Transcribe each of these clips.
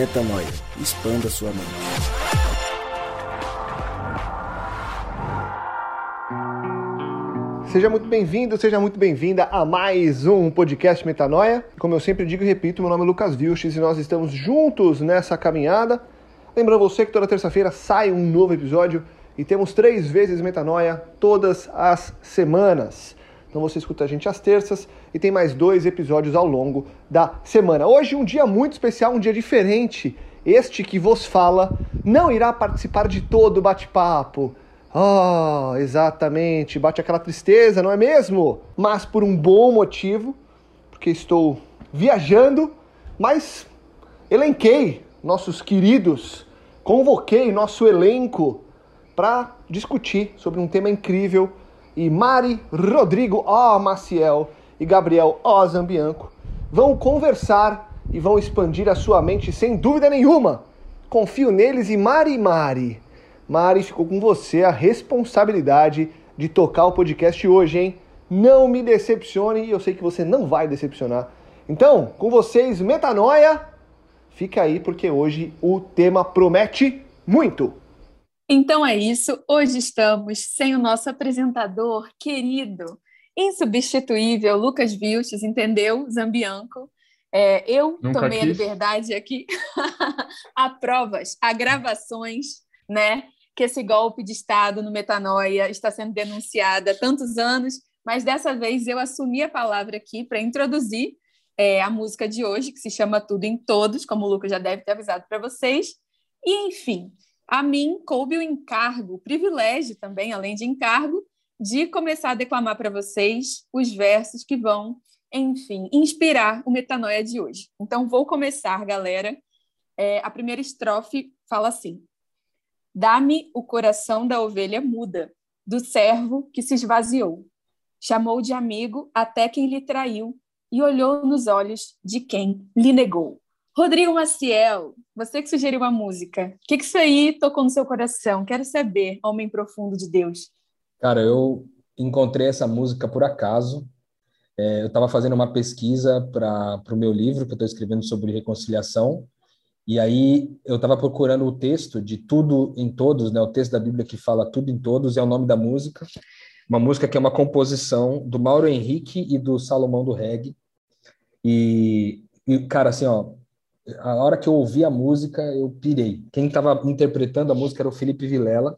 Metanoia. Expanda sua mente. Seja muito bem-vindo, seja muito bem-vinda a mais um podcast Metanoia. Como eu sempre digo e repito, meu nome é Lucas Vilches e nós estamos juntos nessa caminhada. Lembrando você que toda terça-feira sai um novo episódio e temos 3 vezes Metanoia todas as semanas. Então você escuta a gente às terças e tem mais 2 episódios ao longo da semana. Hoje um dia muito especial, um dia diferente. Este que vos fala não irá participar de todo o bate-papo. Oh, exatamente, bate aquela tristeza, não é mesmo? Mas por um bom motivo, porque estou viajando, mas elenquei nossos queridos, convoquei nosso elenco para discutir sobre um tema incrível. E Mari, Rodrigo Maciel e Gabriel Zambianco vão conversar e vão expandir a sua mente sem dúvida nenhuma. Confio neles e Mari, ficou com você a responsabilidade de tocar o podcast hoje, hein? Não me decepcione e eu sei que você não vai decepcionar. Então, com vocês, Metanoia, fica aí porque hoje o tema promete muito. Então é isso, hoje estamos sem o nosso apresentador querido, insubstituível, Lucas Vilches, entendeu? Zambianco. Eu Nunca tomei a quis. liberdade aqui, há provas, há gravações, né? Que esse golpe de Estado no Metanoia está sendo denunciado há tantos anos, mas dessa vez eu assumi a palavra aqui para introduzir a música de hoje, que se chama Tudo em Todos, como o Lucas já deve ter avisado para vocês. E, enfim, a mim coube o encargo, o privilégio também, além de encargo, de começar a declamar para vocês os versos que vão, enfim, inspirar o Metanoia de hoje. Então, vou começar, galera. A primeira estrofe fala assim: dá-me o coração da ovelha muda, do servo que se esvaziou. Chamou de amigo até quem lhe traiu e olhou nos olhos de quem lhe negou. Rodrigo Maciel, você que sugeriu a música, o que isso aí tocou no seu coração? Quero saber, homem profundo de Deus. Cara, eu encontrei essa música por acaso. Eu estava fazendo uma pesquisa para o meu livro, que eu estou escrevendo sobre reconciliação, e aí eu estava procurando o texto de Tudo em Todos, né? O texto da Bíblia que fala Tudo em Todos é o nome da música. Uma música que é uma composição do Mauro Henrique e do Salomão do Reggae. E cara, assim, ó, a hora que eu ouvi a música, eu pirei. Quem estava interpretando a música era o Felipe Vilela.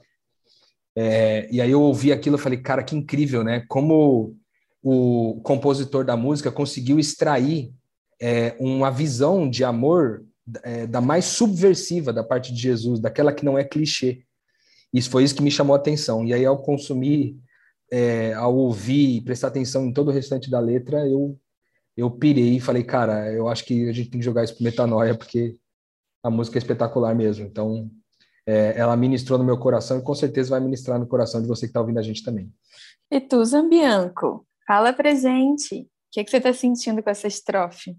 E aí eu ouvi aquilo e falei, cara, que incrível, né? Como o compositor da música conseguiu extrair uma visão de amor da mais subversiva da parte de Jesus, daquela que não é clichê. Isso foi isso que me chamou a atenção. E aí ao consumir, ao ouvir e prestar atenção em todo o restante da letra, eu pirei e falei, cara, eu acho que a gente tem que jogar isso pro Metanoia, porque a música é espetacular mesmo. Então, ela ministrou no meu coração e com certeza vai ministrar no coração de você que está ouvindo a gente também. E tu, Zambianco, fala pra gente, o que você está sentindo com essa estrofe?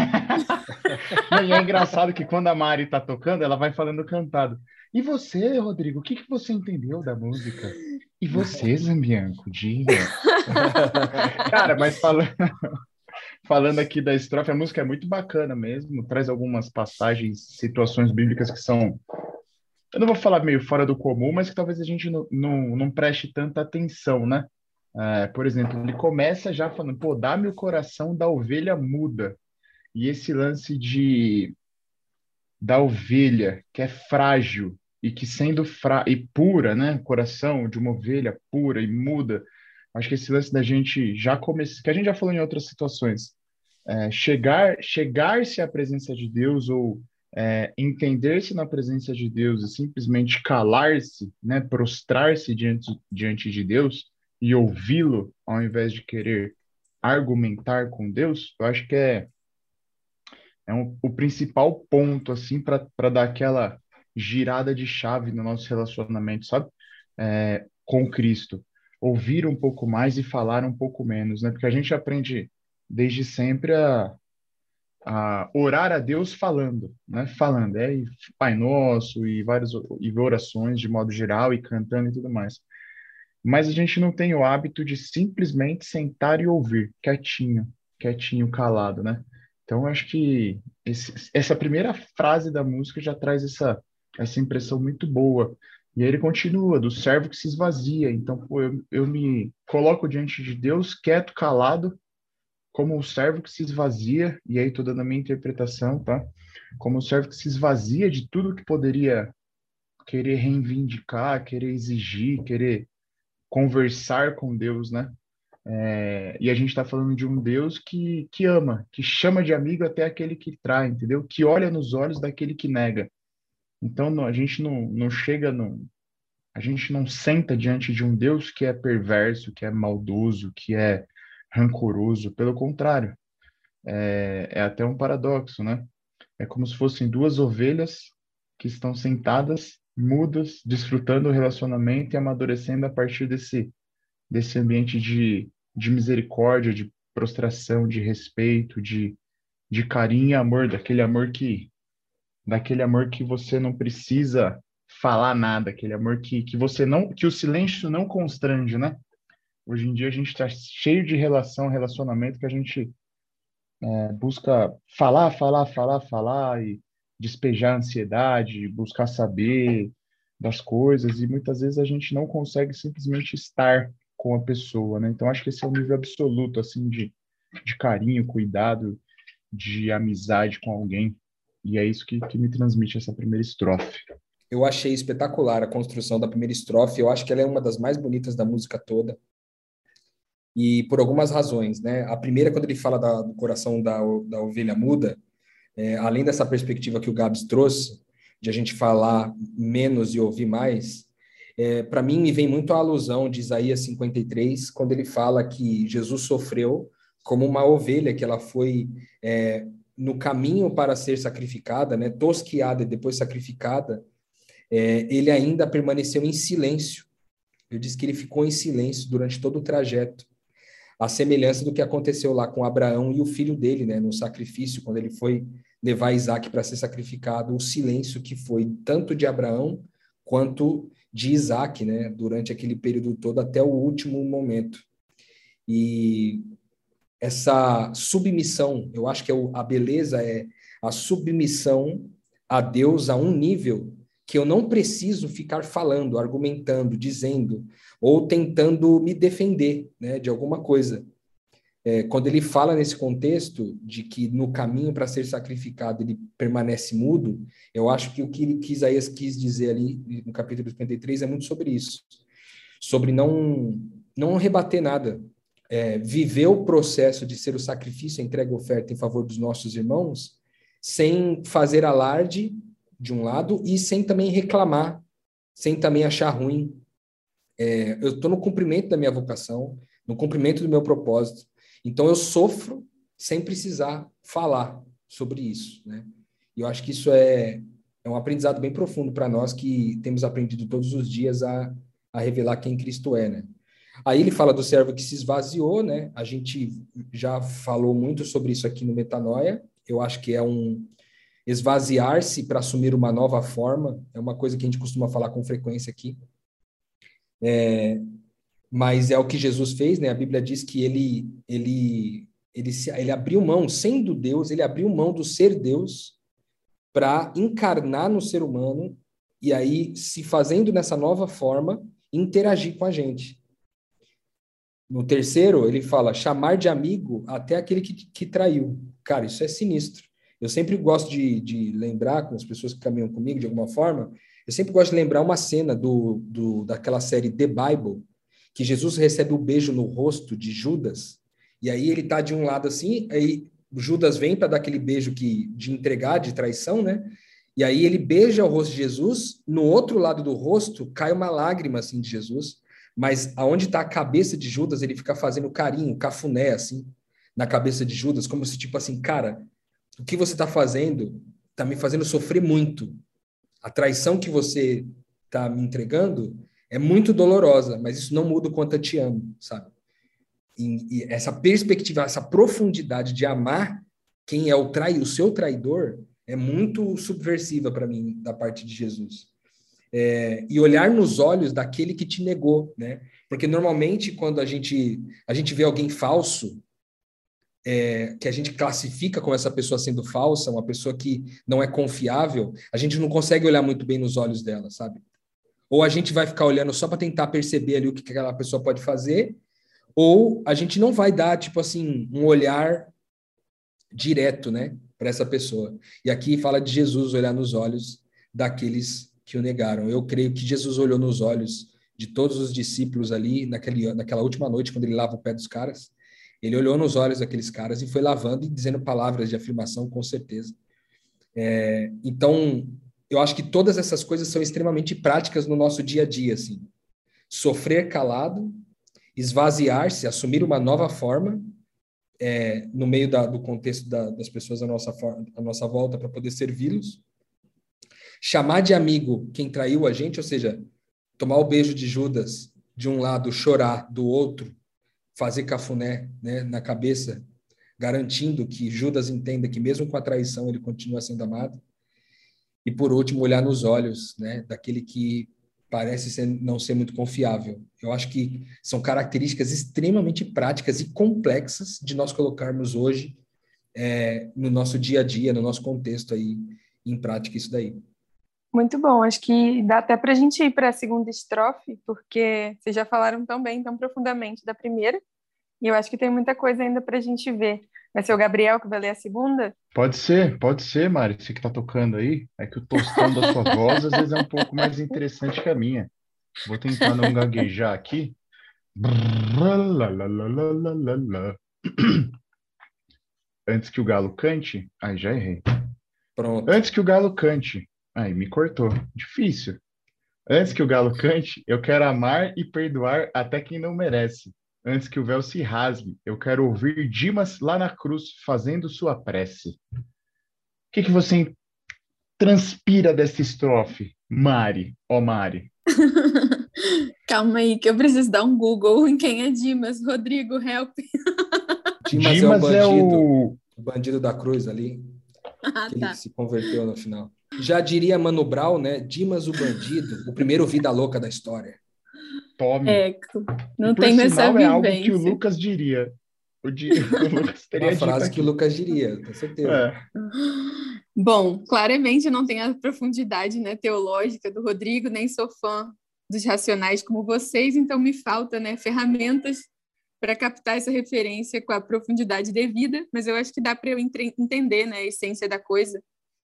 E é engraçado que quando a Mari tá tocando, ela vai falando cantado. E você, Rodrigo, o que você entendeu da música? E você, Zambianco, diga. Cara, mas falando aqui da estrofe, a música é muito bacana mesmo, traz algumas passagens, situações bíblicas que são, eu não vou falar meio fora do comum, mas que talvez a gente não preste tanta atenção, né? Por exemplo, ele começa já falando, pô, dá-me o coração da ovelha muda. E esse lance da ovelha, que é frágil, e que sendo e pura, né? Coração de uma ovelha pura e muda. Acho que esse lance da gente já começa, que a gente já falou em outras situações, chegar-se à presença de Deus ou entender-se na presença de Deus e simplesmente calar-se, né, prostrar-se diante de Deus e ouvi-lo ao invés de querer argumentar com Deus, eu acho que o principal ponto assim para dar aquela girada de chave no nosso relacionamento, sabe? Com Cristo. Ouvir um pouco mais e falar um pouco menos, né? Porque a gente aprende desde sempre a orar a Deus falando, né? Falando, e Pai Nosso e orações de modo geral e cantando e tudo mais. Mas a gente não tem o hábito de simplesmente sentar e ouvir, quietinho, calado, né? Então, eu acho que essa primeira frase da música já traz essa impressão muito boa. E aí ele continua, do servo que se esvazia. Então, pô, eu me coloco diante de Deus, quieto, calado, como o servo que se esvazia, e aí estou dando a minha interpretação, tá? Como o servo que se esvazia de tudo que poderia querer reivindicar, querer exigir, querer conversar com Deus, né? E a gente está falando de um Deus que ama, que chama de amigo até aquele que trai, entendeu? Que olha nos olhos daquele que nega. Então a gente não chega, a gente não senta diante de um Deus que é perverso, que é maldoso, que é rancoroso. Pelo contrário, é até um paradoxo, né? É como se fossem duas ovelhas que estão sentadas, mudas, desfrutando o relacionamento e amadurecendo a partir desse ambiente de misericórdia, de prostração, de respeito, de carinho e amor, daquele amor que você não precisa falar nada, aquele amor que você não, que o silêncio não constrange, né? Hoje em dia a gente está cheio de relacionamento que a gente busca falar e despejar a ansiedade, buscar saber das coisas e muitas vezes a gente não consegue simplesmente estar com a pessoa, né? Então acho que esse é um nível absoluto assim de carinho, cuidado, de amizade com alguém e é isso que me transmite essa primeira estrofe. Eu achei espetacular a construção da primeira estrofe. Eu acho que ela é uma das mais bonitas da música toda. E por algumas razões, né? A primeira, quando ele fala do coração da ovelha muda, além dessa perspectiva que o Gabs trouxe, de a gente falar menos e ouvir mais, para mim me vem muito a alusão de Isaías 53, quando ele fala que Jesus sofreu como uma ovelha, que ela foi no caminho para ser sacrificada, né? Tosquiada e depois sacrificada, ele ainda permaneceu em silêncio. Eu disse que ele ficou em silêncio durante todo o trajeto. A semelhança do que aconteceu lá com Abraão e o filho dele, né, no sacrifício, quando ele foi levar Isaac para ser sacrificado, o silêncio que foi tanto de Abraão quanto de Isaac, né, durante aquele período todo até o último momento. E essa submissão, eu acho que a beleza é a submissão a Deus a um nível que eu não preciso ficar falando, argumentando, dizendo, ou tentando me defender, né, de alguma coisa. Quando ele fala nesse contexto de que no caminho para ser sacrificado ele permanece mudo, eu acho que o que Isaías quis dizer ali no capítulo 53 é muito sobre isso, sobre não rebater nada, viver o processo de ser o sacrifício, a entrega, a oferta em favor dos nossos irmãos, sem fazer alarde de um lado e sem também reclamar, sem também achar ruim. Eu estou no cumprimento da minha vocação, no cumprimento do meu propósito, então eu sofro sem precisar falar sobre isso, né? E eu acho que isso é um aprendizado bem profundo para nós que temos aprendido todos os dias a revelar quem Cristo é, né? Aí ele fala do servo que se esvaziou, né? A gente já falou muito sobre isso aqui no Metanoia. Eu acho que é um esvaziar-se para assumir uma nova forma. É uma coisa que a gente costuma falar com frequência aqui. Mas é o que Jesus fez, né? A Bíblia diz que ele abriu mão, sendo Deus, ele abriu mão do ser Deus para encarnar no ser humano e aí, se fazendo nessa nova forma, interagir com a gente. No terceiro, ele fala, chamar de amigo até aquele que traiu. Cara, isso é sinistro. Eu sempre gosto de lembrar, com as pessoas que caminham comigo de alguma forma, eu sempre gosto de lembrar uma cena daquela série The Bible, que Jesus recebe o beijo no rosto de Judas, e aí ele tá de um lado assim, aí Judas vem para dar aquele beijo de entregar, de traição, né? E aí ele beija o rosto de Jesus, no outro lado do rosto cai uma lágrima assim de Jesus, mas aonde está a cabeça de Judas, ele fica fazendo carinho, cafuné assim, na cabeça de Judas, como se tipo assim, cara, o que você está fazendo está me fazendo sofrer muito. A traição que você está me entregando é muito dolorosa, mas isso não muda o quanto eu te amo, sabe? E essa perspectiva, essa profundidade de amar quem é o seu traidor, é muito subversiva para mim, da parte de Jesus. E olhar nos olhos daquele que te negou, né? Porque normalmente quando a gente vê alguém falso, que a gente classifica como essa pessoa sendo falsa, uma pessoa que não é confiável, a gente não consegue olhar muito bem nos olhos dela, sabe? Ou a gente vai ficar olhando só para tentar perceber ali o que aquela pessoa pode fazer, ou a gente não vai dar, tipo assim, um olhar direto, né, para essa pessoa. E aqui fala de Jesus olhar nos olhos daqueles que o negaram. Eu creio que Jesus olhou nos olhos de todos os discípulos ali, naquela última noite, quando ele lava o pé dos caras. Ele olhou nos olhos daqueles caras e foi lavando e dizendo palavras de afirmação, com certeza. Então, eu acho que todas essas coisas são extremamente práticas no nosso dia a dia, assim. Sofrer calado, esvaziar-se, assumir uma nova forma, no meio do contexto das pessoas à nossa volta para poder servi-los. Chamar de amigo quem traiu a gente, ou seja, tomar o beijo de Judas de um lado, chorar do outro, fazer cafuné, né, na cabeça, garantindo que Judas entenda que mesmo com a traição ele continua sendo amado. E por último, olhar nos olhos, né, daquele que parece não ser muito confiável. Eu acho que são características extremamente práticas e complexas de nós colocarmos hoje no nosso dia a dia, no nosso contexto aí, em prática isso daí. Muito bom, acho que dá até para a gente ir para a segunda estrofe, porque vocês já falaram tão bem, tão profundamente da primeira, e eu acho que tem muita coisa ainda para a gente ver. Vai ser o Gabriel que vai ler a segunda? Pode ser, Mari. Você que tá tocando aí, é que o tostão da sua voz às vezes é um pouco mais interessante que a minha. Vou tentar não gaguejar aqui. Antes que o galo cante. Ai, já errei. Pronto. Antes que o galo cante. Ai, me cortou. Difícil. Antes que o galo cante, eu quero amar e perdoar até quem não merece. Antes que o véu se rasgue, eu quero ouvir Dimas lá na cruz fazendo sua prece. O que você transpira dessa estrofe, Mari? Ó, Mari. Calma aí, que eu preciso dar um Google em quem é Dimas. Rodrigo, help. Dimas é o bandido da cruz ali, que Tá. ele se converteu no final. Já diria Mano Brown, né? Dimas o bandido, o primeiro vida louca da história. Tome. Não tenho essa vivência. É algo que o Lucas diria. O Lucas teria uma frase dito que o Lucas diria, com certeza. Bom, claramente eu não tenho a profundidade, né, teológica do Rodrigo, nem sou fã dos Racionais como vocês, então me falta, né, ferramentas para captar essa referência com a profundidade devida, mas eu acho que dá para eu entender, né, a essência da coisa.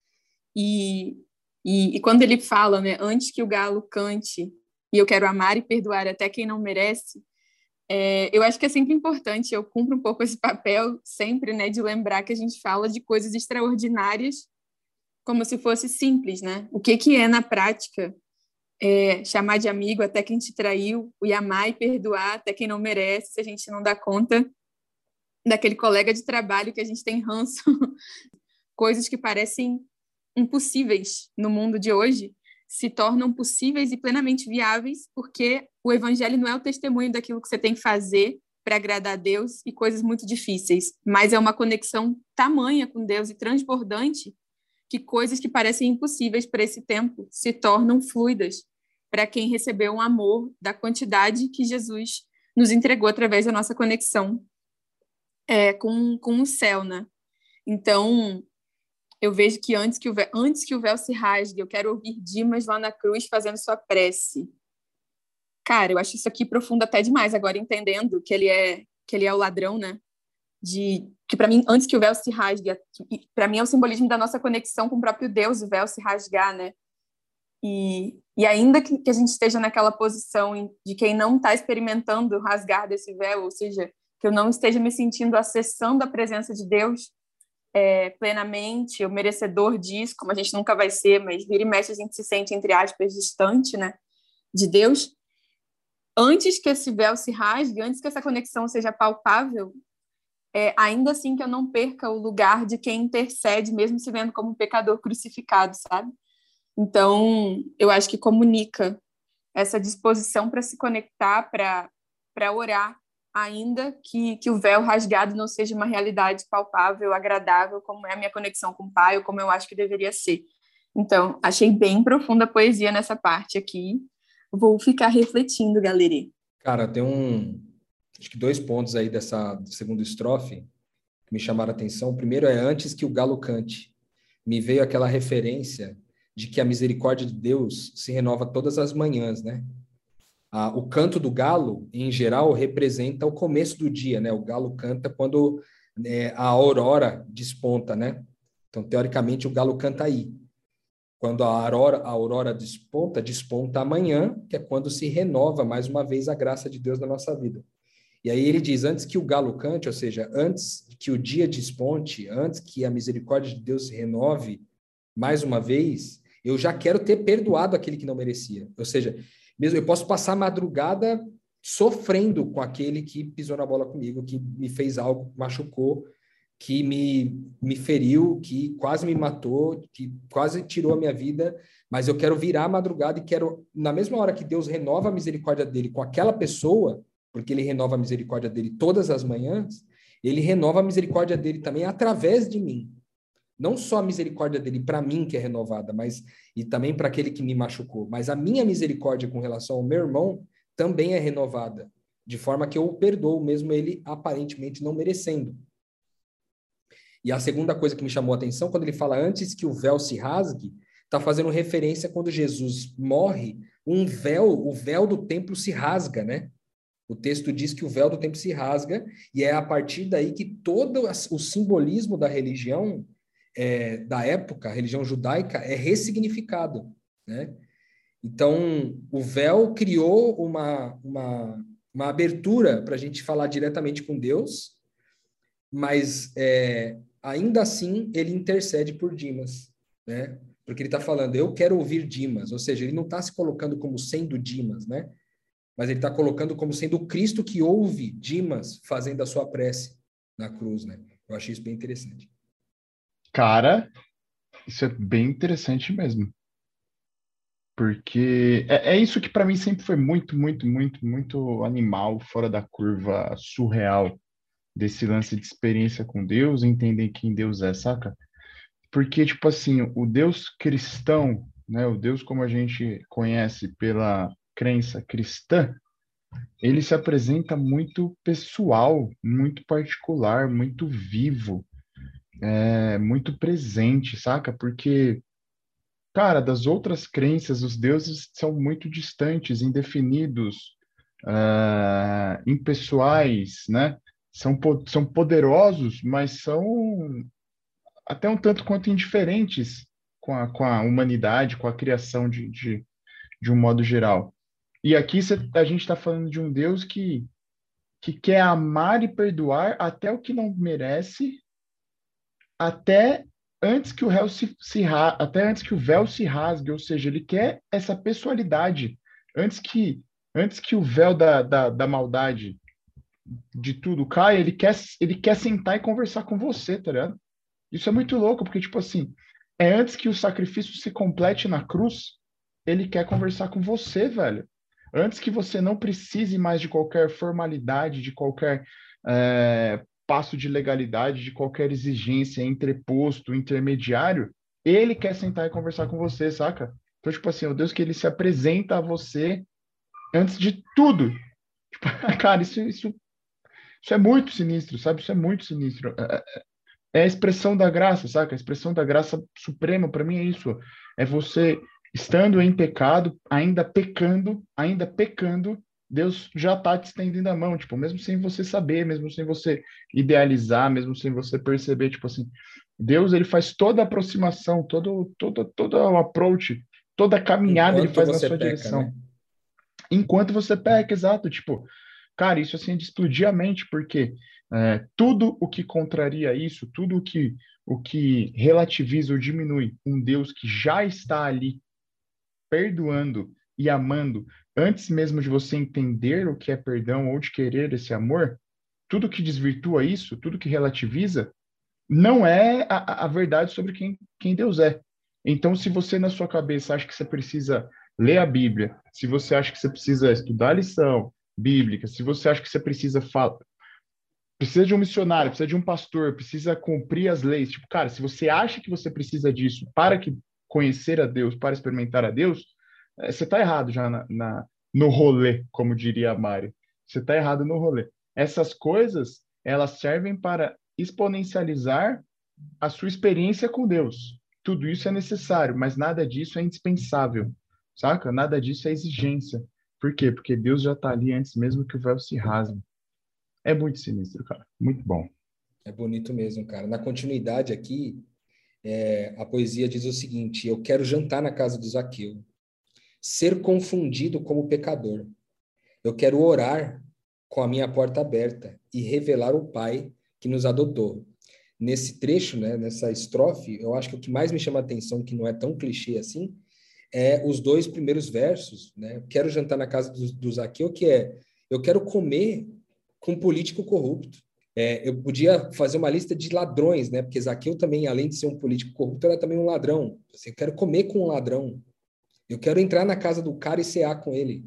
E quando ele fala, né, antes que o galo cante, e eu quero amar e perdoar até quem não merece, eu acho que é sempre importante, eu cumpro um pouco esse papel sempre, né, de lembrar que a gente fala de coisas extraordinárias como se fosse simples, né? O que é na prática chamar de amigo até quem te traiu, e amar e perdoar até quem não merece, se a gente não dá conta daquele colega de trabalho que a gente tem ranço, coisas que parecem impossíveis no mundo de hoje se tornam possíveis e plenamente viáveis, porque o evangelho não é o testemunho daquilo que você tem que fazer para agradar a Deus e coisas muito difíceis, mas é uma conexão tamanha com Deus e transbordante que coisas que parecem impossíveis para esse tempo se tornam fluidas para quem recebeu um amor da quantidade que Jesus nos entregou através da nossa conexão com o céu, né? Então, eu vejo que antes que o véu se rasgue, eu quero ouvir Dimas lá na cruz fazendo sua prece. Cara, eu acho isso aqui profundo até demais, agora entendendo que ele é o ladrão, né? Que para mim, antes que o véu se rasgue, para mim é o simbolismo da nossa conexão com o próprio Deus, o véu se rasgar, né? E ainda que a gente esteja naquela posição de quem não está experimentando o rasgar desse véu, ou seja, que eu não esteja me sentindo acessando a presença de Deus plenamente, o merecedor disso, como a gente nunca vai ser, mas vira e mexe a gente se sente, entre aspas, distante, né, de Deus. Antes que esse véu se rasgue, antes que essa conexão seja palpável, ainda assim que eu não perca o lugar de quem intercede, mesmo se vendo como um pecador crucificado, sabe? Então, eu acho que comunica essa disposição para se conectar, para orar, ainda que o véu rasgado não seja uma realidade palpável, agradável, como é a minha conexão com o Pai, ou como eu acho que deveria ser. Então, achei bem profunda a poesia nessa parte aqui. Vou ficar refletindo, galera. Cara, tem acho que 2 pontos aí dessa segunda estrofe que me chamaram a atenção. O primeiro é antes que o galo cante. Me veio aquela referência de que a misericórdia de Deus se renova todas as manhãs, né? O canto do galo, em geral, representa o começo do dia, né? O galo canta quando a aurora desponta, né? Então, teoricamente, o galo canta aí. Quando a aurora desponta amanhã, que é quando se renova mais uma vez a graça de Deus na nossa vida. E aí ele diz, antes que o galo cante, ou seja, antes que o dia desponte, antes que a misericórdia de Deus se renove mais uma vez, eu já quero ter perdoado aquele que não merecia. Ou seja, mesmo eu posso passar a madrugada sofrendo com aquele que pisou na bola comigo, que me fez algo, machucou, que me feriu, que quase me matou, que quase tirou a minha vida, mas eu quero virar a madrugada e quero, na mesma hora que Deus renova a misericórdia dele com aquela pessoa, porque ele renova a misericórdia dele todas as manhãs, ele renova a misericórdia dele também através de mim. Não só a misericórdia dele para mim que é renovada, mas e também para aquele que me machucou, mas a minha misericórdia com relação ao meu irmão também é renovada, de forma que eu o perdoo, mesmo ele aparentemente não merecendo. E a segunda coisa que me chamou a atenção, quando ele fala antes que o véu se rasgue, está fazendo referência quando Jesus morre, o véu do templo se rasga, né? O texto diz que o véu do templo se rasga, e é a partir daí que todo o simbolismo da religião da época, a religião judaica, é ressignificado, né? Então, o véu criou uma abertura para a gente falar diretamente com Deus, mas ainda assim ele intercede por Dimas, né? Porque ele está falando, eu quero ouvir Dimas, ou seja, ele não está se colocando como sendo Dimas, né? Mas ele está colocando como sendo o Cristo que ouve Dimas fazendo a sua prece na cruz, né? Eu achei isso bem interessante. Cara, isso é bem interessante mesmo. Porque é isso que para mim sempre foi muito, muito, muito, muito animal, fora da curva, surreal, desse lance de experiência com Deus, entender quem Deus é, saca? Porque, tipo assim, o Deus cristão, né, o Deus como a gente conhece pela crença cristã, ele se apresenta muito pessoal, muito particular, muito vivo, muito presente, saca? Porque, cara, das outras crenças, os deuses são muito distantes, indefinidos, impessoais, né? São poderosos, mas são até um tanto quanto indiferentes com a humanidade, com a criação de um modo geral. E aqui a gente está falando de um Deus que quer amar e perdoar até o que não merece, até antes que o até antes que o véu se rasgue, ou seja, ele quer essa pessoalidade, antes que o véu da maldade de tudo caia, ele quer sentar e conversar com você, tá ligado? Isso é muito louco, porque, tipo assim, antes que o sacrifício se complete na cruz, ele quer conversar com você, velho. Antes que você não precise mais de qualquer formalidade, de qualquer passo de legalidade, de qualquer exigência, entreposto, intermediário, ele quer sentar e conversar com você, saca? Então, tipo assim, o Deus que ele se apresenta a você antes de tudo. Tipo, cara, isso é muito sinistro, sabe? Isso é muito sinistro. É a expressão da graça, saca? A expressão da graça suprema, para mim, é isso. É você estando em pecado, ainda pecando, Deus já tá te estendendo a mão, tipo, mesmo sem você saber, mesmo sem você idealizar, mesmo sem você perceber, tipo assim, Deus, ele faz toda a aproximação, todo o approach, toda a caminhada ele Enquanto faz na você sua peca, direção. né? Enquanto você peca, exato, tipo, cara, isso assim é de explodir a mente, porque tudo o que contraria isso, tudo o que relativiza ou diminui um Deus que já está ali perdoando e amando, antes mesmo de você entender o que é perdão ou de querer esse amor, tudo que desvirtua isso, tudo que relativiza, não é a verdade sobre quem Deus é. Então, se você na sua cabeça acha que você precisa ler a Bíblia, se você acha que você precisa estudar a lição bíblica, se você acha que você precisa de um missionário, precisa de um pastor, precisa cumprir as leis, tipo, cara, se você acha que você precisa disso para conhecer a Deus, para experimentar a Deus, você está errado já no rolê, como diria a Mari. Você está errado no rolê. Essas coisas, elas servem para exponencializar a sua experiência com Deus. Tudo isso é necessário, mas nada disso é indispensável, saca? Nada disso é exigência. Por quê? Porque Deus já está ali antes mesmo que o véu se rasgue. É muito sinistro, cara. Muito bom. É bonito mesmo, cara. Na continuidade aqui, a poesia diz o seguinte: eu quero jantar na casa do Zaqueu, ser confundido como pecador. Eu quero orar com a minha porta aberta e revelar o Pai que nos adotou. Nesse trecho, né, nessa estrofe, eu acho que o que mais me chama a atenção, que não é tão clichê assim, é os 2 primeiros versos, né? Quero jantar na casa do Zaqueu, que é: eu quero comer com um político corrupto. Eu podia fazer uma lista de ladrões, né? Porque Zaqueu também, além de ser um político corrupto, era também um ladrão. Assim, eu quero comer com um ladrão. Eu quero entrar na casa do cara e cear com ele.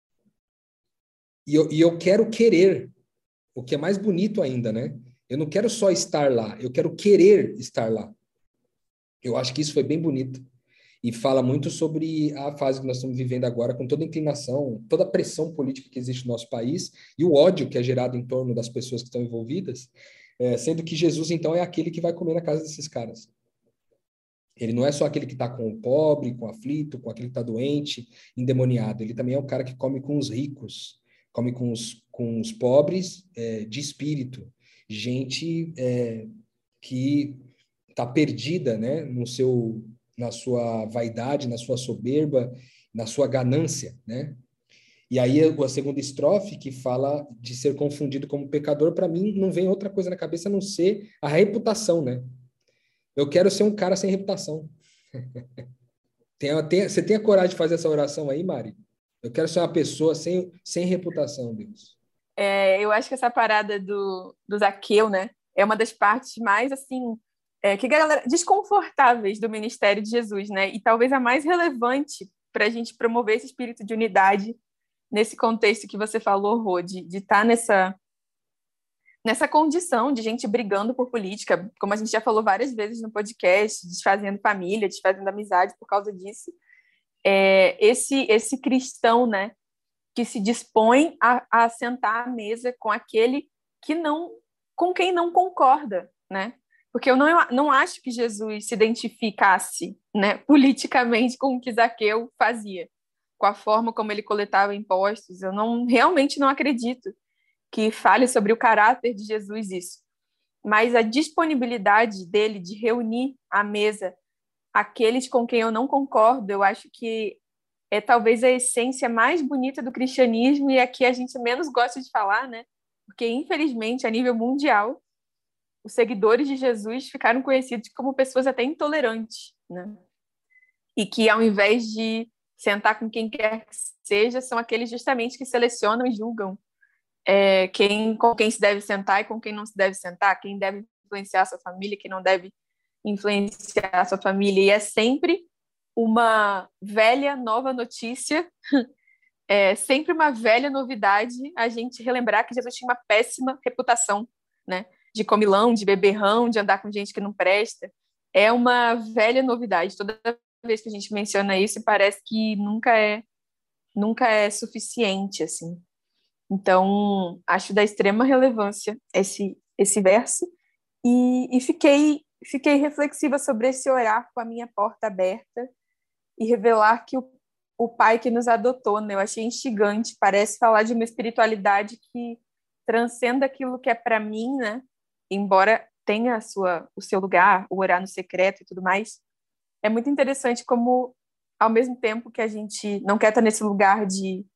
E eu quero querer, o que é mais bonito ainda, né? Eu não quero só estar lá, eu quero querer estar lá. Eu acho que isso foi bem bonito. E fala muito sobre a fase que nós estamos vivendo agora, com toda a inclinação, toda a pressão política que existe no nosso país e o ódio que é gerado em torno das pessoas que estão envolvidas, sendo que Jesus, então, é aquele que vai comer na casa desses caras. Ele não é só aquele que está com o pobre, com o aflito, com aquele que está doente, endemoniado. Ele também é o cara que come com os ricos, come com os pobres de espírito. Gente que está perdida, né, na sua vaidade, na sua soberba, na sua ganância, né? E aí a segunda estrofe, que fala de ser confundido como pecador, para mim não vem outra coisa na cabeça a não ser a reputação, né? Eu quero ser um cara sem reputação. Você tem a coragem de fazer essa oração aí, Mari? Eu quero ser uma pessoa sem reputação, Deus. Eu acho que essa parada do Zaqueu, né, é uma das partes mais, assim, que galera, desconfortáveis do ministério de Jesus, né? E talvez a mais relevante para a gente promover esse espírito de unidade nesse contexto que você falou, Rô, de estar nessa condição de gente brigando por política, como a gente já falou várias vezes no podcast, desfazendo família, desfazendo amizade por causa disso. Esse cristão, né, que se dispõe a sentar à mesa com aquele com quem não concorda, né? Porque eu não acho que Jesus se identificasse, né, politicamente com o que Zaqueu fazia, com a forma como ele coletava impostos. Eu realmente não acredito que fale sobre o caráter de Jesus isso. Mas a disponibilidade dele de reunir à mesa aqueles com quem eu não concordo, eu acho que é talvez a essência mais bonita do cristianismo e a que a gente menos gosta de falar, né? Porque, infelizmente, a nível mundial, os seguidores de Jesus ficaram conhecidos como pessoas até intolerantes, né? E que, ao invés de sentar com quem quer que seja, são aqueles justamente que selecionam e julgam com quem se deve sentar e com quem não se deve sentar, quem deve influenciar a sua família, quem não deve influenciar a sua família. E é sempre uma velha nova notícia, sempre uma velha novidade a gente relembrar que Jesus tinha uma péssima reputação, né? De comilão, de beberrão, de andar com gente que não presta. É uma velha novidade. Toda vez que a gente menciona isso, parece que nunca é suficiente, assim. Então, acho da extrema relevância esse verso e fiquei reflexiva sobre esse orar com a minha porta aberta e revelar que o Pai que nos adotou, né? Eu achei instigante, parece falar de uma espiritualidade que transcende aquilo que é para mim, né? Embora tenha o seu lugar, o orar no secreto e tudo mais. É muito interessante como, ao mesmo tempo que a gente não quer estar nesse lugar de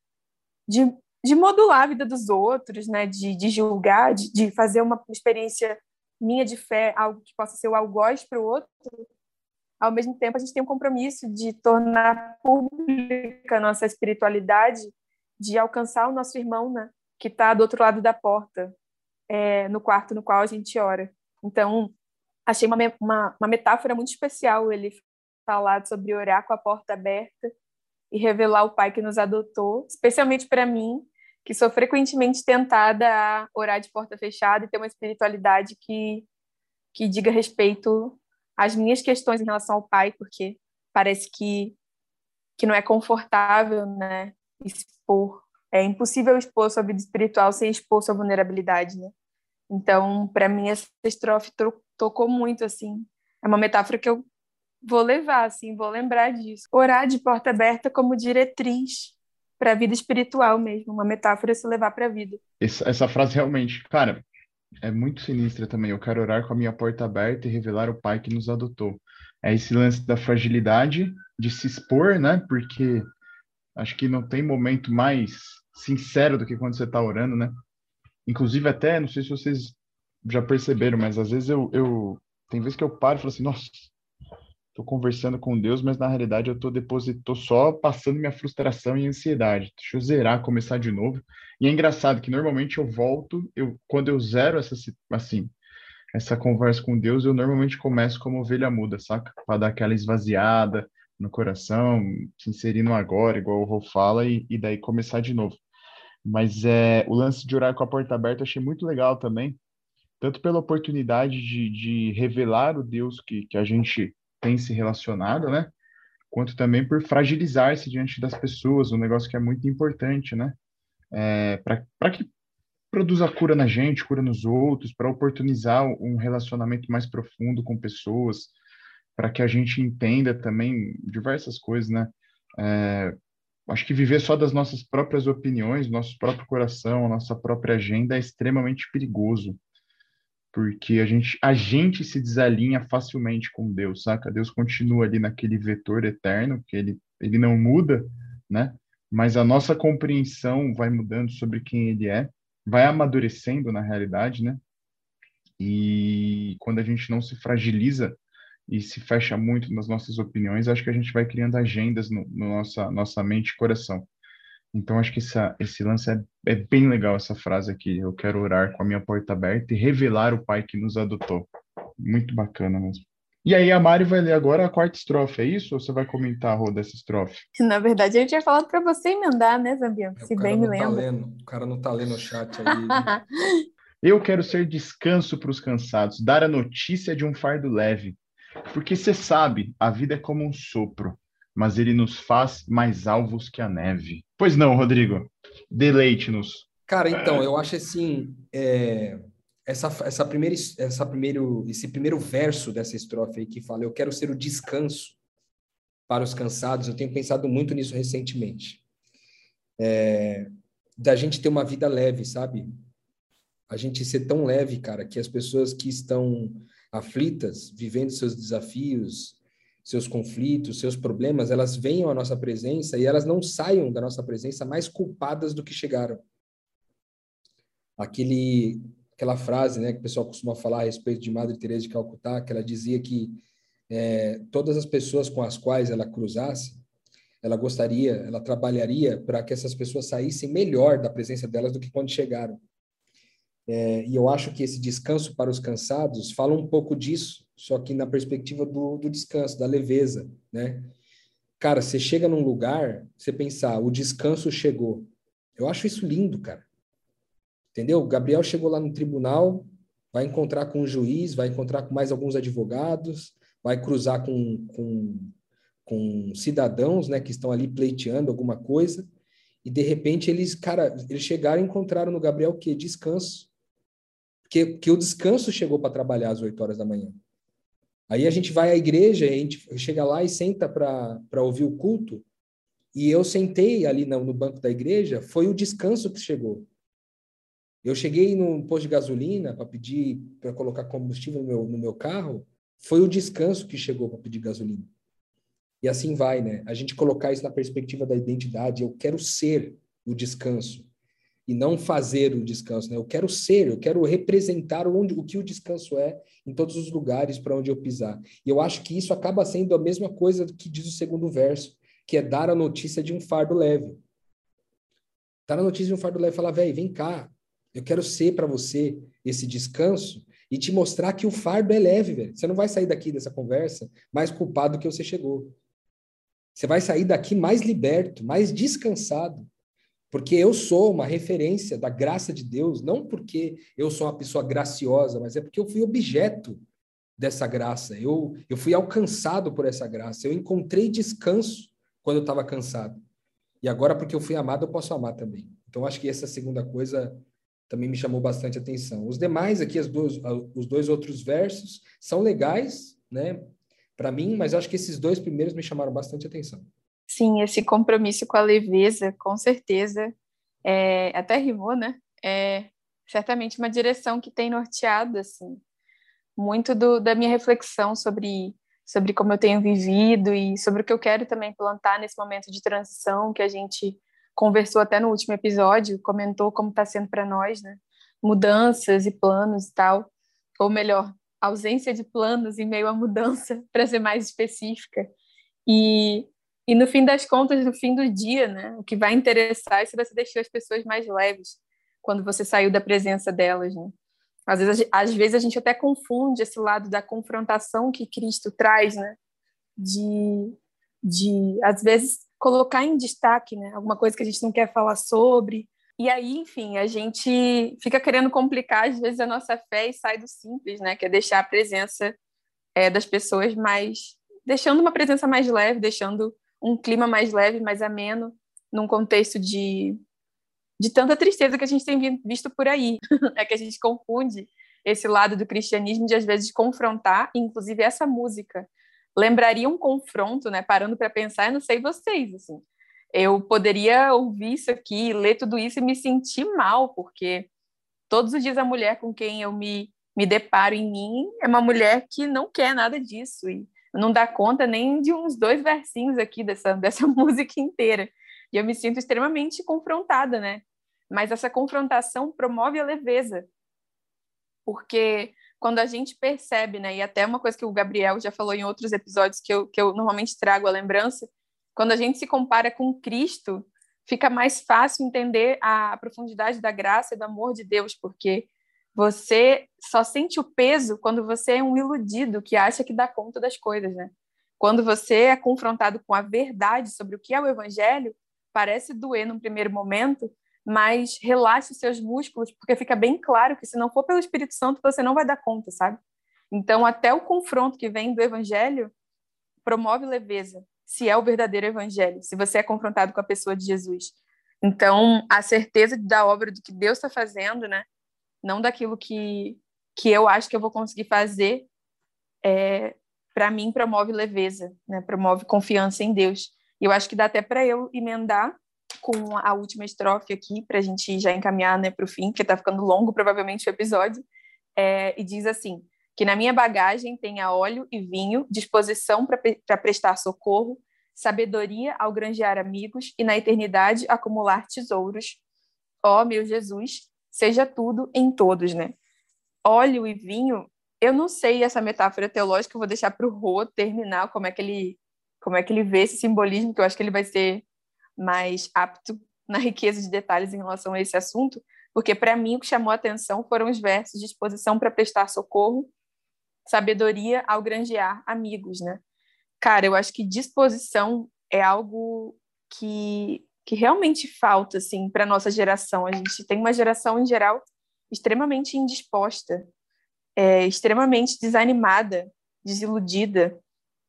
modular a vida dos outros, né? De julgar, de fazer uma experiência minha de fé, algo que possa ser o algoz para o outro, ao mesmo tempo a gente tem um compromisso de tornar pública a nossa espiritualidade, de alcançar o nosso irmão, né? Que está do outro lado da porta, no quarto no qual a gente ora. Então, achei uma metáfora muito especial ele falar sobre orar com a porta aberta e revelar o Pai que nos adotou, especialmente para mim, que sou frequentemente tentada a orar de porta fechada e ter uma espiritualidade que diga respeito às minhas questões em relação ao Pai, porque parece que não é confortável, né, expor. É impossível expor sua vida espiritual sem expor sua vulnerabilidade, né? Então, para mim, essa estrofe tocou muito, assim. É uma metáfora que eu vou levar, assim, vou lembrar disso. Orar de porta aberta como diretriz para a vida espiritual mesmo, uma metáfora se levar para a vida. Essa frase realmente, cara, é muito sinistra também. Eu quero orar com a minha porta aberta e revelar o Pai que nos adotou. É esse lance da fragilidade, de se expor, né? Porque acho que não tem momento mais sincero do que quando você está orando, né? Inclusive até, não sei se vocês já perceberam, mas às vezes tem vezes que eu paro e falo assim, nossa, tô conversando com Deus, mas na realidade tô só passando minha frustração e ansiedade. Deixa eu zerar, começar de novo. E é engraçado que normalmente eu volto, quando eu zero essa conversa com Deus, eu normalmente começo como ovelha muda, saca? Para dar aquela esvaziada no coração, se inserir no agora, igual o Rô fala, e daí começar de novo. Mas o lance de orar com a porta aberta eu achei muito legal também, tanto pela oportunidade de revelar o Deus que a gente tem se relacionado, né? Quanto também por fragilizar-se diante das pessoas, um negócio que é muito importante, né? Para que produza cura na gente, cura nos outros, para oportunizar um relacionamento mais profundo com pessoas, para que a gente entenda também diversas coisas, né? Acho que viver só das nossas próprias opiniões, nosso próprio coração, nossa própria agenda é extremamente perigoso, porque a gente se desalinha facilmente com Deus, saca? Deus continua ali naquele vetor eterno, que ele não muda, né? Mas a nossa compreensão vai mudando sobre quem ele é, vai amadurecendo na realidade, né? E quando a gente não se fragiliza e se fecha muito nas nossas opiniões, acho que a gente vai criando agendas no nossa mente e coração. Então, acho que esse lance é bem legal, essa frase aqui. Eu quero orar com a minha porta aberta e revelar o Pai que nos adotou. Muito bacana mesmo. E aí, a Mari vai ler agora a quarta estrofe, é isso? Ou você vai comentar, Rô, dessa estrofe? Na verdade, eu tinha falado para você emendar, né, Zambianco? Se bem me lembro. O cara não tá lendo o chat aí. Eu quero ser descanso para os cansados, dar a notícia de um fardo leve. Porque você sabe, a vida é como um sopro, mas ele nos faz mais alvos que a neve. Pois não, Rodrigo? Deleite-nos. Cara, então, eu acho assim, esse primeiro verso dessa estrofe aí que fala, eu quero ser o descanso para os cansados, eu tenho pensado muito nisso recentemente. Da gente ter uma vida leve, sabe? A gente ser tão leve, cara, que as pessoas que estão aflitas, vivendo seus desafios, seus conflitos, seus problemas, elas venham à nossa presença e elas não saiam da nossa presença mais culpadas do que chegaram. Aquela frase, né, que o pessoal costuma falar a respeito de Madre Teresa de Calcutá, que ela dizia que todas as pessoas com as quais ela cruzasse, ela trabalharia para que essas pessoas saíssem melhor da presença delas do que quando chegaram. E eu acho que esse descanso para os cansados fala um pouco disso, só que na perspectiva do descanso, da leveza, né? Cara, você chega num lugar, você pensar, o descanso chegou. Eu acho isso lindo, cara. Entendeu? O Gabriel chegou lá no tribunal, vai encontrar com o juiz, vai encontrar com mais alguns advogados, vai cruzar com cidadãos, né, que estão ali pleiteando alguma coisa, e de repente eles chegaram e encontraram no Gabriel o quê? Descanso. Porque o descanso chegou para trabalhar às 8 horas da manhã. Aí a gente vai à igreja, a gente chega lá e senta para ouvir o culto, e eu sentei ali no banco da igreja, foi o descanso que chegou. Eu cheguei no posto de gasolina para pedir, para colocar combustível no meu carro, foi o descanso que chegou para pedir gasolina. E assim vai, né? A gente colocar isso na perspectiva da identidade, eu quero ser o descanso. E não fazer o descanso, né? Eu quero representar o que o descanso é em todos os lugares para onde eu pisar. E eu acho que isso acaba sendo a mesma coisa que diz o segundo verso, que é dar a notícia de um fardo leve. Dar a notícia de um fardo leve e falar, velho, vem cá, eu quero ser para você esse descanso e te mostrar que o fardo é leve, velho. Você não vai sair daqui dessa conversa mais culpado que você chegou. Você vai sair daqui mais liberto, mais descansado. Porque eu sou uma referência da graça de Deus, não porque eu sou uma pessoa graciosa, mas é porque eu fui objeto dessa graça. Eu fui alcançado por essa graça. Eu encontrei descanso quando eu estava cansado. E agora, porque eu fui amado, eu posso amar também. Então, acho que essa segunda coisa também me chamou bastante atenção. Os demais aqui, os dois outros versos, são legais, né, para mim, mas eu acho que esses dois primeiros me chamaram bastante atenção. Sim, esse compromisso com a leveza, com certeza, até rimou, né? É certamente uma direção que tem norteado, assim, muito da minha reflexão sobre como eu tenho vivido e sobre o que eu quero também plantar nesse momento de transição que a gente conversou até no último episódio, comentou como está sendo para nós, né? Mudanças e planos e tal, ou melhor, ausência de planos em meio à mudança, para ser mais específica. E no fim das contas, no fim do dia, né, o que vai interessar é se você deixou as pessoas mais leves quando você saiu da presença delas, né? Às vezes a gente até confunde esse lado da confrontação que Cristo traz, né? Às vezes, colocar em destaque, né? Alguma coisa que a gente não quer falar sobre. E aí, enfim, a gente fica querendo complicar, às vezes, a nossa fé e sai do simples, né? Que é deixar a presença das pessoas mais... Deixando uma presença mais leve, deixando um clima mais leve, mais ameno, num contexto de tanta tristeza que a gente tem visto por aí. É que a gente confunde esse lado do cristianismo de, às vezes, confrontar, inclusive essa música. Lembraria um confronto, né? Parando para pensar, eu não sei vocês, assim. Eu poderia ouvir isso aqui, ler tudo isso e me sentir mal, porque todos os dias a mulher com quem eu me deparo em mim é uma mulher que não quer nada disso e não dá conta nem de uns 2 versinhos aqui dessa música inteira. E eu me sinto extremamente confrontada, né? Mas essa confrontação promove a leveza. Porque quando a gente percebe, né? E até uma coisa que o Gabriel já falou em outros episódios que eu normalmente trago a lembrança, quando a gente se compara com Cristo, fica mais fácil entender a profundidade da graça e do amor de Deus, porque você só sente o peso quando você é um iludido que acha que dá conta das coisas, né? Quando você é confrontado com a verdade sobre o que é o Evangelho, parece doer num primeiro momento, mas relaxe os seus músculos, porque fica bem claro que se não for pelo Espírito Santo, você não vai dar conta, sabe? Então, até o confronto que vem do Evangelho promove leveza, se é o verdadeiro Evangelho, se você é confrontado com a pessoa de Jesus. Então, a certeza da obra do que Deus está fazendo, né? Não daquilo que eu acho que eu vou conseguir fazer, para mim promove leveza, né? Promove confiança em Deus. E eu acho que dá até para eu emendar com a última estrofe aqui, para a gente já encaminhar, né, para o fim, porque está ficando longo provavelmente o episódio, e diz assim, que na minha bagagem tenha óleo e vinho, disposição para prestar socorro, sabedoria ao granjear amigos e na eternidade acumular tesouros. Ó, meu Jesus, seja tudo em todos, né? Óleo e vinho, eu não sei essa metáfora teológica, eu vou deixar para o Rô terminar como é que ele vê esse simbolismo, que eu acho que ele vai ser mais apto na riqueza de detalhes em relação a esse assunto, porque para mim o que chamou a atenção foram os versos: disposição para prestar socorro, sabedoria ao granjear amigos, né? Cara, eu acho que disposição é algo que realmente falta, assim, para nossa geração. A gente tem uma geração, em geral, extremamente indisposta, extremamente desanimada, desiludida.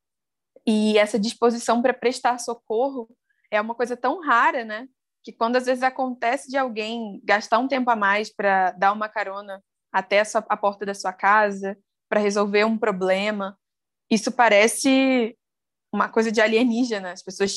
E essa disposição para prestar socorro é uma coisa tão rara, né? Que quando às vezes acontece de alguém gastar um tempo a mais para dar uma carona até a porta da sua casa, para resolver um problema, isso parece uma coisa de alienígena, as pessoas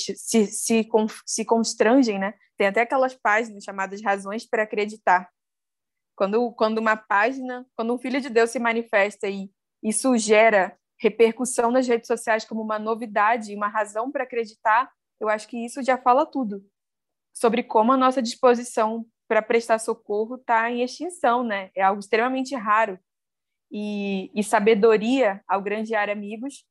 se constrangem, né? Tem até aquelas páginas chamadas Razões para Acreditar. Quando uma página, quando um filho de Deus se manifesta e isso gera repercussão nas redes sociais como uma novidade, uma razão para acreditar, eu acho que isso já fala tudo sobre como a nossa disposição para prestar socorro está em extinção, né? É algo extremamente raro. E sabedoria ao granjear amigos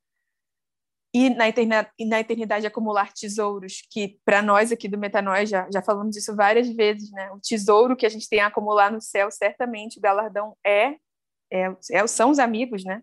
e na eternidade acumular tesouros, que para nós aqui do Metanoia já falamos disso várias vezes, né? O tesouro que a gente tem a acumular no céu, certamente o galardão são os amigos, né?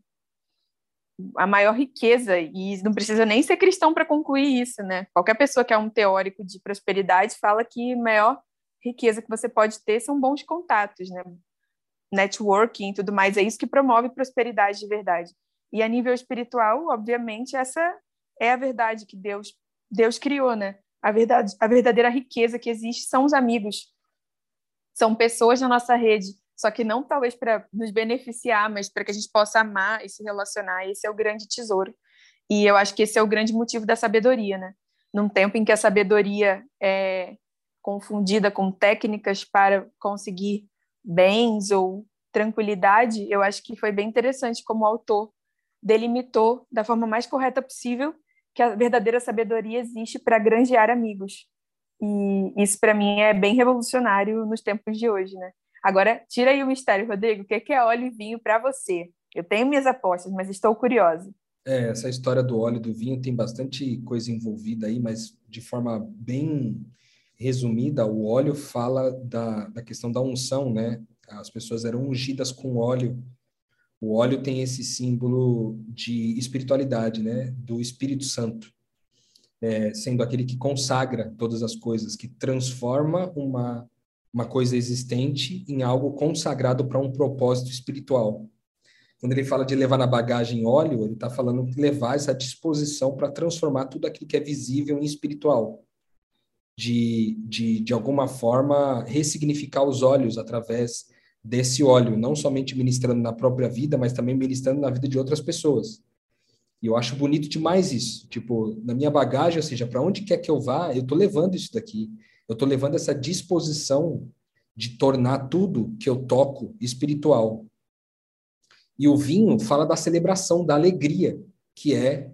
A maior riqueza, e não precisa nem ser cristão para concluir isso, né? Qualquer pessoa que é um teórico de prosperidade fala que a maior riqueza que você pode ter são bons contatos, né? Networking e tudo mais, é isso que promove prosperidade de verdade. E a nível espiritual, obviamente, essa é a verdade que Deus criou, né? A verdadeira riqueza que existe são os amigos. são pessoas na nossa rede, só que não talvez para nos beneficiar, mas para que a gente possa amar e se relacionar. Esse é o grande tesouro. E eu acho que esse é o grande motivo da sabedoria, né? Num tempo em que a sabedoria é confundida com técnicas para conseguir bens ou tranquilidade, eu acho que foi bem interessante como o autor delimitou da forma mais correta possível que a verdadeira sabedoria existe para granjear amigos. E isso, para mim, é bem revolucionário nos tempos de hoje, né? Agora, tira aí o mistério, Rodrigo. O que é óleo e vinho para você? Eu tenho minhas apostas, mas estou curiosa. Essa história do óleo e do vinho tem bastante coisa envolvida aí, mas de forma bem resumida, o óleo fala da questão da unção, né? As pessoas eram ungidas com óleo. O óleo tem esse símbolo de espiritualidade, né? Do Espírito Santo, sendo aquele que consagra todas as coisas, que transforma uma coisa existente em algo consagrado para um propósito espiritual. Quando ele fala de levar na bagagem óleo, ele está falando de levar essa disposição para transformar tudo aquilo que é visível em espiritual. De alguma forma, ressignificar os olhos através desse óleo, não somente ministrando na própria vida, mas também ministrando na vida de outras pessoas. E eu acho bonito demais isso. Tipo, na minha bagagem, ou seja, para onde quer que eu vá, eu estou levando isso daqui. Eu estou levando essa disposição de tornar tudo que eu toco espiritual. E o vinho fala da celebração, da alegria, que é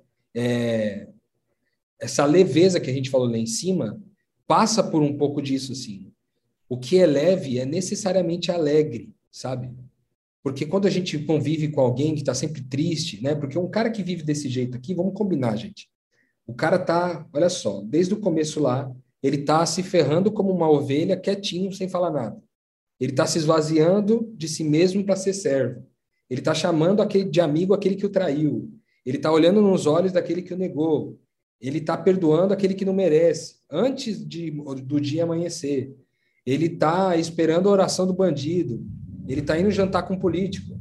essa leveza que a gente falou lá em cima, passa por um pouco disso, assim. O que é leve é necessariamente alegre, sabe? Porque quando a gente convive com alguém que está sempre triste, né? Porque um cara que vive desse jeito aqui, vamos combinar, gente. O cara tá, olha só, desde o começo lá, ele tá se ferrando como uma ovelha, quietinho, sem falar nada. Ele tá se esvaziando de si mesmo para ser servo. Ele está chamando aquele de amigo aquele que o traiu. Ele está olhando nos olhos daquele que o negou. Ele está perdoando aquele que não merece, antes do dia amanhecer. Ele está esperando a oração do bandido. Ele está indo jantar com um político.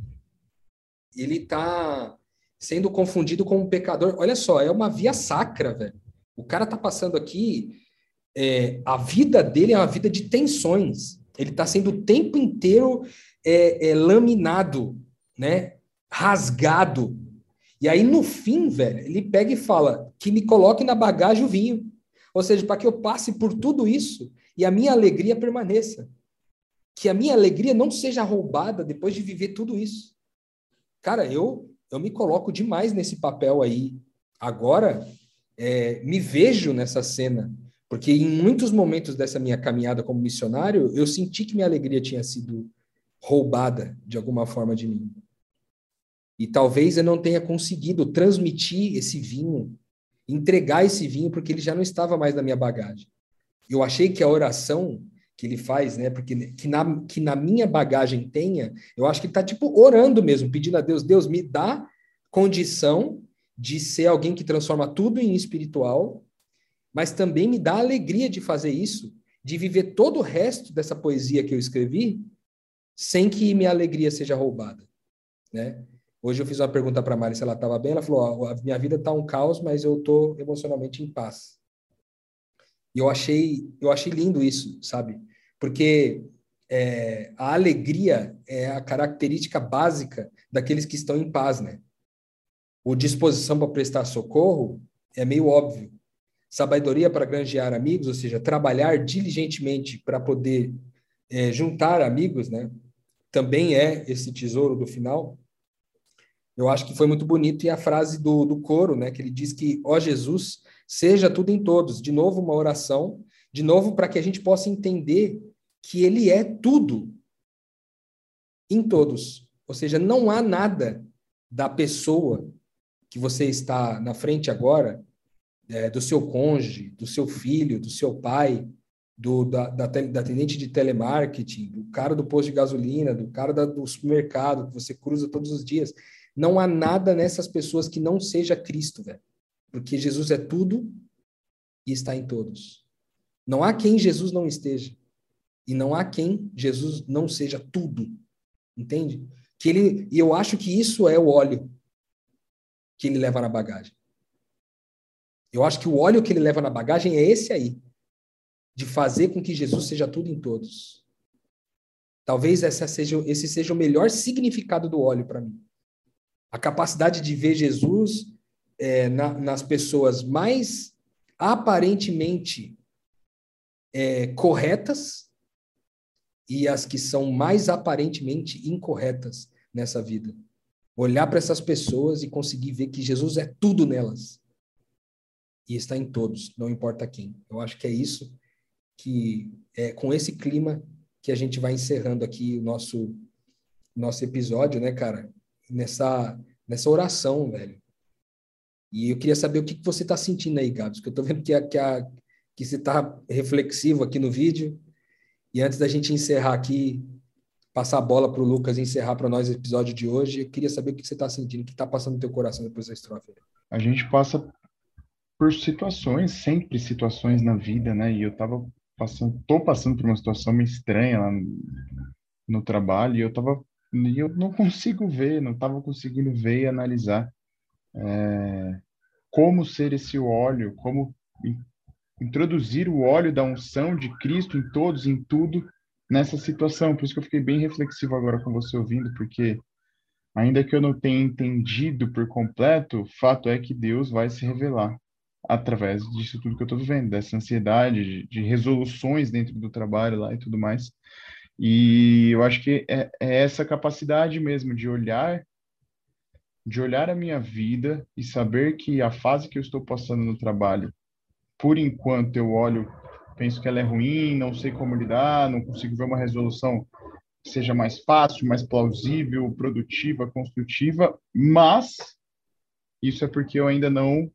Ele está sendo confundido com um pecador. Olha só, é uma via sacra, velho. O cara está passando aqui, a vida dele é uma vida de tensões. Ele está sendo o tempo inteiro laminado, né? Rasgado. E aí, no fim, velho, ele pega e fala que me coloque na bagagem o vinho. Ou seja, para que eu passe por tudo isso e a minha alegria permaneça. Que a minha alegria não seja roubada depois de viver tudo isso. Cara, eu me coloco demais nesse papel aí. Agora, me vejo nessa cena. Porque em muitos momentos dessa minha caminhada como missionário, eu senti que minha alegria tinha sido roubada de alguma forma de mim. E talvez eu não tenha conseguido transmitir esse vinho, entregar esse vinho, porque ele já não estava mais na minha bagagem. Eu achei que a oração que ele faz, né, porque que na minha bagagem tenha, eu acho que ele está tipo orando mesmo, pedindo a Deus, Deus me dá condição de ser alguém que transforma tudo em espiritual, mas também me dá a alegria de fazer isso, de viver todo o resto dessa poesia que eu escrevi, sem que minha alegria seja roubada, né? Hoje eu fiz uma pergunta para a Mari se ela estava bem, ela falou, a minha vida está um caos, mas eu estou emocionalmente em paz. E eu achei lindo isso, sabe? Porque a alegria é a característica básica daqueles que estão em paz, né? O disposição para prestar socorro é meio óbvio. Sabedoria para granjear amigos, ou seja, trabalhar diligentemente para poder juntar amigos, né? Também é esse tesouro do final. Eu acho que foi muito bonito. E a frase do coro, né? Que ele diz que, ó Jesus, seja tudo em todos. De novo, uma oração. De novo, para que a gente possa entender que ele é tudo em todos. Ou seja, não há nada da pessoa que você está na frente agora, do seu cônjuge, do seu filho, do seu pai, da atendente de telemarketing, do cara do posto de gasolina, do cara do supermercado que você cruza todos os dias. Não há nada nessas pessoas que não seja Cristo, velho. Porque Jesus é tudo e está em todos. Não há quem Jesus não esteja. E não há quem Jesus não seja tudo. Entende? E eu acho que isso é o óleo que ele leva na bagagem. Eu acho que o óleo que ele leva na bagagem é esse aí. De fazer com que Jesus seja tudo em todos. Talvez esse seja o melhor significado do óleo para mim. A capacidade de ver Jesus nas pessoas mais aparentemente corretas e as que são mais aparentemente incorretas nessa vida. Olhar para essas pessoas e conseguir ver que Jesus é tudo nelas. E está em todos, não importa quem. Eu acho que é isso que é com esse clima que a gente vai encerrando aqui o nosso episódio, né, cara? Nessa oração, velho. E eu queria saber o que você está sentindo aí, Gabs, que eu estou vendo que você está reflexivo aqui no vídeo. E antes da gente encerrar aqui, passar a bola para o Lucas e encerrar para nós o episódio de hoje, eu queria saber o que você está sentindo, o que está passando no teu coração depois da estrofe. A gente passa por situações, sempre situações na vida, né? E eu tô passando por uma situação meio estranha lá no trabalho, e eu não consigo ver, não estava conseguindo ver e analisar como ser esse óleo, como introduzir o óleo da unção de Cristo em todos, em tudo, nessa situação. Por isso que eu fiquei bem reflexivo agora com você ouvindo, porque ainda que eu não tenha entendido por completo, o fato é que Deus vai se revelar através disso tudo que eu estou vivendo, dessa ansiedade, de resoluções dentro do trabalho lá e tudo mais. E eu acho que é essa capacidade mesmo de olhar a minha vida e saber que a fase que eu estou passando no trabalho, por enquanto eu olho, penso que ela é ruim, não sei como lidar, não consigo ver uma resolução que seja mais fácil, mais plausível, produtiva, construtiva, mas isso é porque eu ainda não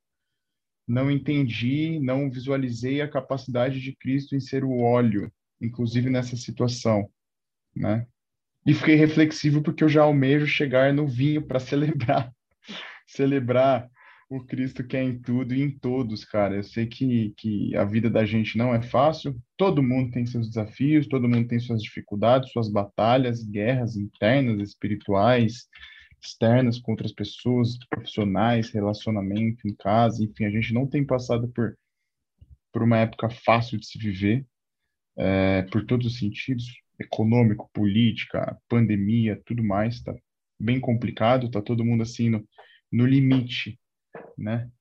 entendi, não visualizei a capacidade de Cristo em ser o óleo, inclusive nessa situação, né? E fiquei reflexivo porque eu já almejo chegar no vinho para celebrar o Cristo que é em tudo e em todos, cara. Eu sei que a vida da gente não é fácil, todo mundo tem seus desafios, todo mundo tem suas dificuldades, suas batalhas, guerras internas, espirituais, externas com outras pessoas, profissionais, relacionamento em casa, enfim, a gente não tem passado por uma época fácil de se viver, por todos os sentidos, econômico, política, pandemia, tudo mais, está bem complicado, está todo mundo assim no limite, né?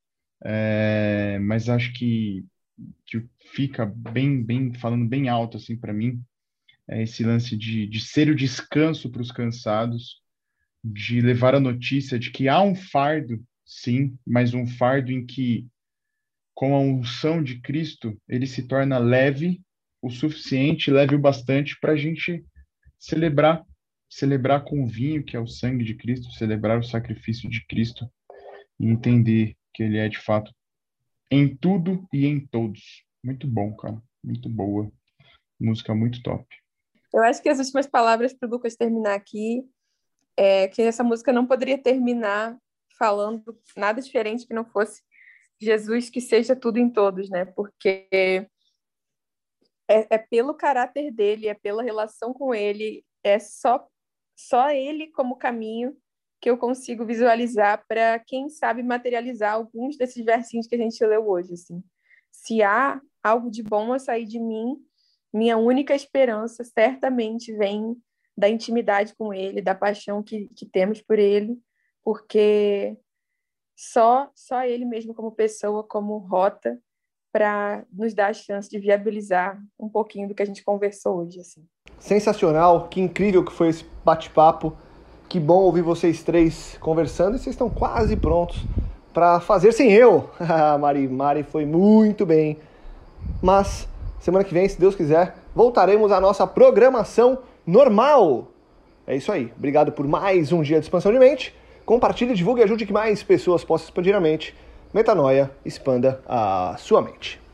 Mas acho que fica bem, falando bem alto assim para mim, é esse lance de ser o descanso para os cansados, de levar a notícia de que há um fardo, sim, mas um fardo em que, com a unção de Cristo, ele se torna leve o suficiente, leve o bastante para a gente celebrar com o vinho, que é o sangue de Cristo, celebrar o sacrifício de Cristo e entender que ele é de fato em tudo e em todos. Muito bom, cara. Muito boa. Música muito top. Eu acho que as últimas palavras para o Lucas terminar aqui que essa música não poderia terminar falando nada diferente que não fosse Jesus que seja tudo em todos, né? Porque é pelo caráter dele, é pela relação com ele, é só ele como caminho que eu consigo visualizar para, quem sabe, materializar alguns desses versinhos que a gente leu hoje, assim. Se há algo de bom a sair de mim, minha única esperança certamente vem da intimidade com ele, da paixão que temos por ele, porque só ele mesmo como pessoa, como rota, para nos dar a chance de viabilizar um pouquinho do que a gente conversou hoje. Assim. Sensacional, que incrível que foi esse bate-papo, que bom ouvir vocês três conversando, e vocês estão quase prontos para fazer sem eu. Mari foi muito bem, mas semana que vem, se Deus quiser, voltaremos à nossa programação normal. É isso aí. Obrigado por mais um dia de expansão de mente. Compartilhe, divulgue e ajude que mais pessoas possam expandir a mente. Metanoia, expanda a sua mente.